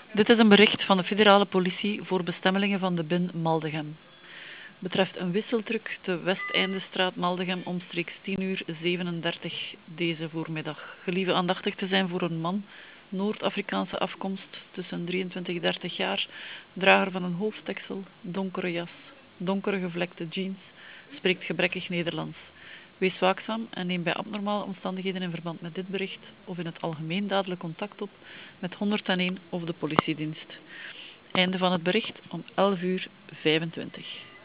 Dit is een bericht van de federale politie voor bestemmelingen van de bin Maldegem. Betreft een wisseltruck te Westeindestraat Maldegem omstreeks 10:37 deze voormiddag. Gelieve aandachtig te zijn voor een man, Noord-Afrikaanse afkomst, tussen 23 en 30 jaar, drager van een hoofddeksel, donkere jas, donkere gevlekte jeans, spreekt gebrekkig Nederlands. Wees waakzaam en neem bij abnormale omstandigheden in verband met dit bericht of in het algemeen dadelijk contact op met 101 of de politiedienst. Einde van het bericht om 11:25.